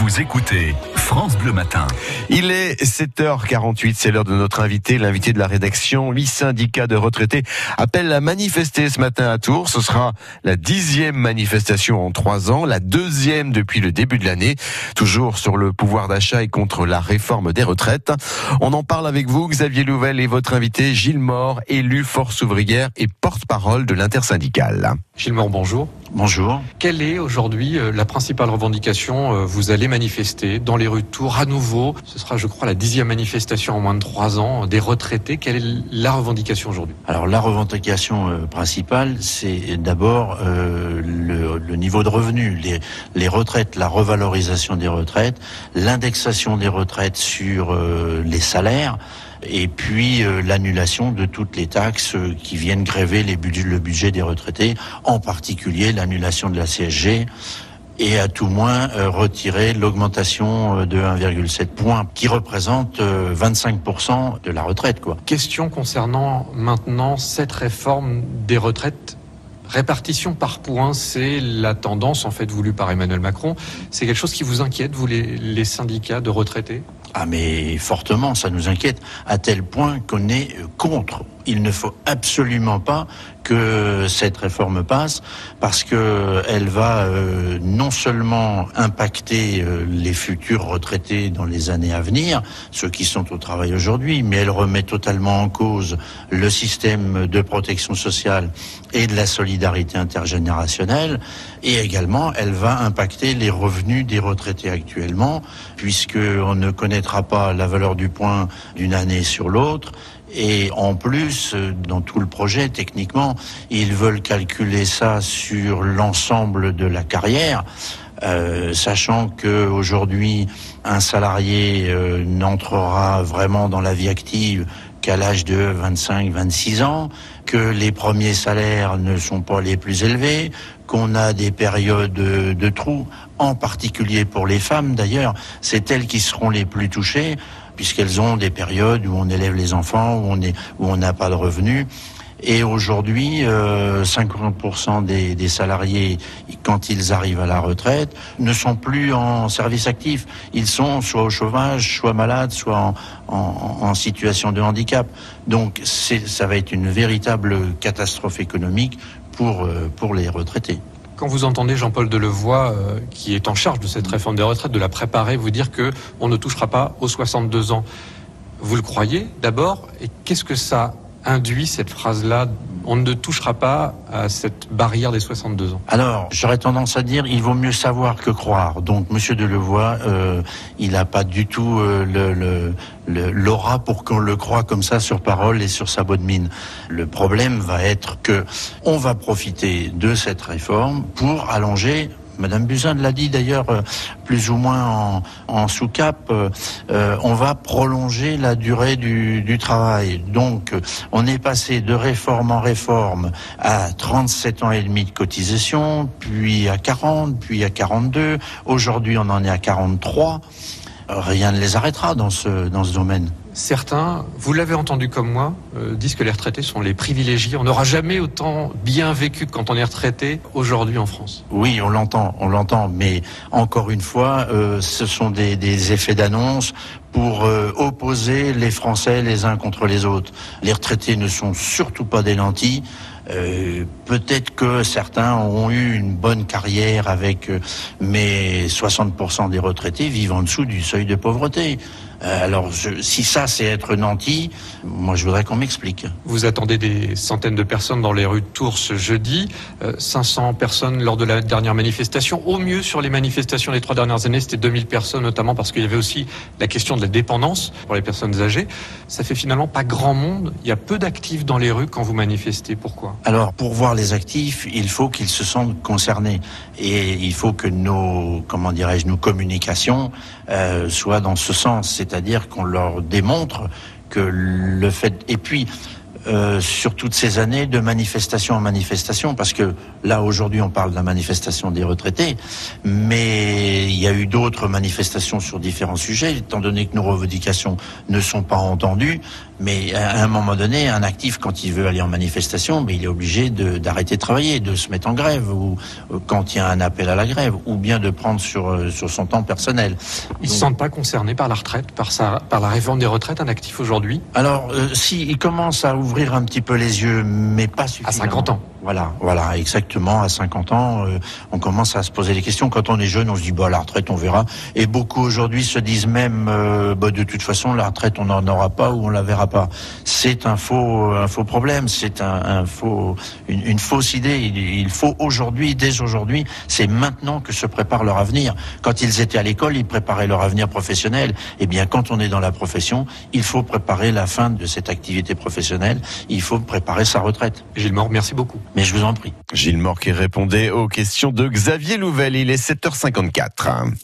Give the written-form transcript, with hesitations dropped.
Vous écoutez France Bleu Matin. Il est 7h48, c'est l'heure de notre invité, l'invité de la rédaction. 8 syndicats de retraités appellent à manifester ce matin à Tours. Ce sera la 10e manifestation en 3 ans, la 2e depuis le début de l'année, toujours sur le pouvoir d'achat et contre la réforme des retraites. On en parle avec vous, Xavier Louvel, et votre invité, Gilles Mort, élu Force ouvrière et porte-parole de l'intersyndicale. Gilles Mort, bonjour. Bonjour. Quelle est aujourd'hui la principale revendication? Vous allez manifester dans les rues de Tours à nouveau. Ce sera, je crois, la 10e manifestation en moins de 3 ans des retraités. Quelle est la revendication aujourd'hui? Alors la revendication principale, c'est d'abord le niveau de revenu, les retraites, la revalorisation des retraites, l'indexation des retraites sur les salaires, et puis l'annulation de toutes les taxes qui viennent gréver le budget des retraités, en particulier l'annulation de la CSG, et à tout moins retirer l'augmentation de 1,7 point, qui représente 25% de la retraite, quoi. Question concernant maintenant cette réforme des retraites. Répartition par points, c'est la tendance en fait voulue par Emmanuel Macron. C'est quelque chose qui vous inquiète, vous les syndicats de retraités? Ah mais fortement, ça nous inquiète, à tel point qu'on est contre. Il ne faut absolument pas que cette réforme passe, parce que elle va non seulement impacter les futurs retraités dans les années à venir, ceux qui sont au travail aujourd'hui, mais elle remet totalement en cause le système de protection sociale et de la solidarité intergénérationnelle, et également elle va impacter les revenus des retraités actuellement, puisqu'on ne connaîtra pas la valeur du point d'une année sur l'autre. Et en plus, dans tout le projet, techniquement, ils veulent calculer ça sur l'ensemble de la carrière, sachant que aujourd'hui, un salarié n'entrera vraiment dans la vie active qu'à l'âge de 25-26 ans, que les premiers salaires ne sont pas les plus élevés, qu'on a des périodes de trous, en particulier pour les femmes d'ailleurs, c'est elles qui seront les plus touchées, puisqu'elles ont des périodes où on élève les enfants, où on n'a pas de revenus. Et aujourd'hui, 50% des salariés, quand ils arrivent à la retraite, ne sont plus en service actif. Ils sont soit au chômage, soit malades, soit en situation de handicap. Donc ça va être une véritable catastrophe économique pour les retraités. Quand vous entendez Jean-Paul Delevoye, qui est en charge de cette réforme des retraites, de la préparer, vous dire que on ne touchera pas aux 62 ans, vous le croyez d'abord? Et qu'est-ce que ça induit, cette phrase-là? On ne touchera pas à cette barrière des 62 ans. Alors, j'aurais tendance à dire, il vaut mieux savoir que croire. Donc, Monsieur Delevoye, il n'a pas du tout l'aura pour qu'on le croie comme ça sur parole et sur sa bonne mine. Le problème va être que on va profiter de cette réforme pour allonger. Madame Buzyn l'a dit d'ailleurs, plus ou moins en sous-cap, on va prolonger la durée du travail. Donc, on est passé de réforme en réforme à 37 ans et demi de cotisation, puis à 40, puis à 42. Aujourd'hui, on en est à 43. Rien ne les arrêtera dans ce domaine. Certains, vous l'avez entendu comme moi, disent que les retraités sont les privilégiés. On n'aura jamais autant bien vécu que quand on est retraité aujourd'hui en France. Oui, on l'entend, mais encore une fois, ce sont des effets d'annonce pour opposer les Français les uns contre les autres. Les retraités ne sont surtout pas des lentilles. Peut-être que certains ont eu une bonne carrière mais 60% des retraités vivent en dessous du seuil de pauvreté. Alors, si ça c'est être nanti, moi je voudrais qu'on m'explique. Vous attendez des centaines de personnes dans les rues de Tours ce jeudi, 500 personnes lors de la dernière manifestation. Au mieux, sur les manifestations des 3 dernières années, c'était 2000 personnes, notamment parce qu'il y avait aussi la question de la dépendance pour les personnes âgées. Ça fait finalement pas grand monde. Il y a peu d'actifs dans les rues quand vous manifestez. Pourquoi? Alors, pour voir les actifs, il faut qu'ils se sentent concernés. Et il faut que nos communications soient dans ce sens. C'est-à-dire qu'on leur démontre que le fait... Et puis, sur toutes ces années de manifestation en manifestation, parce que là aujourd'hui on parle de la manifestation des retraités, mais il y a eu d'autres manifestations sur différents sujets, étant donné que nos revendications ne sont pas entendues. Mais à un moment donné, un actif, quand il veut aller en manifestation, il est obligé d'arrêter de travailler, de se mettre en grève, ou quand il y a un appel à la grève, ou bien de prendre sur son temps personnel. Ils ne se sentent pas concernés par la retraite, par la réforme des retraites, un actif aujourd'hui? Alors, si, il commence à ouvrir un petit peu les yeux, mais pas suffisamment. À 50 ans. Voilà, exactement. À 50 ans, on commence à se poser des questions. Quand on est jeune, on se dit, la retraite, on verra. Et beaucoup aujourd'hui se disent même, de toute façon, la retraite, on n'en aura pas ou on la verra pas. C'est un faux problème. C'est une fausse idée. Il faut aujourd'hui, dès aujourd'hui, c'est maintenant que se prépare leur avenir. Quand ils étaient à l'école, ils préparaient leur avenir professionnel. Eh bien, quand on est dans la profession, il faut préparer la fin de cette activité professionnelle. Il faut préparer sa retraite. Gilles Mort, merci beaucoup. Mais je vous en prie. Gilles Mort qui répondait aux questions de Xavier Louvel. Il est 7h54.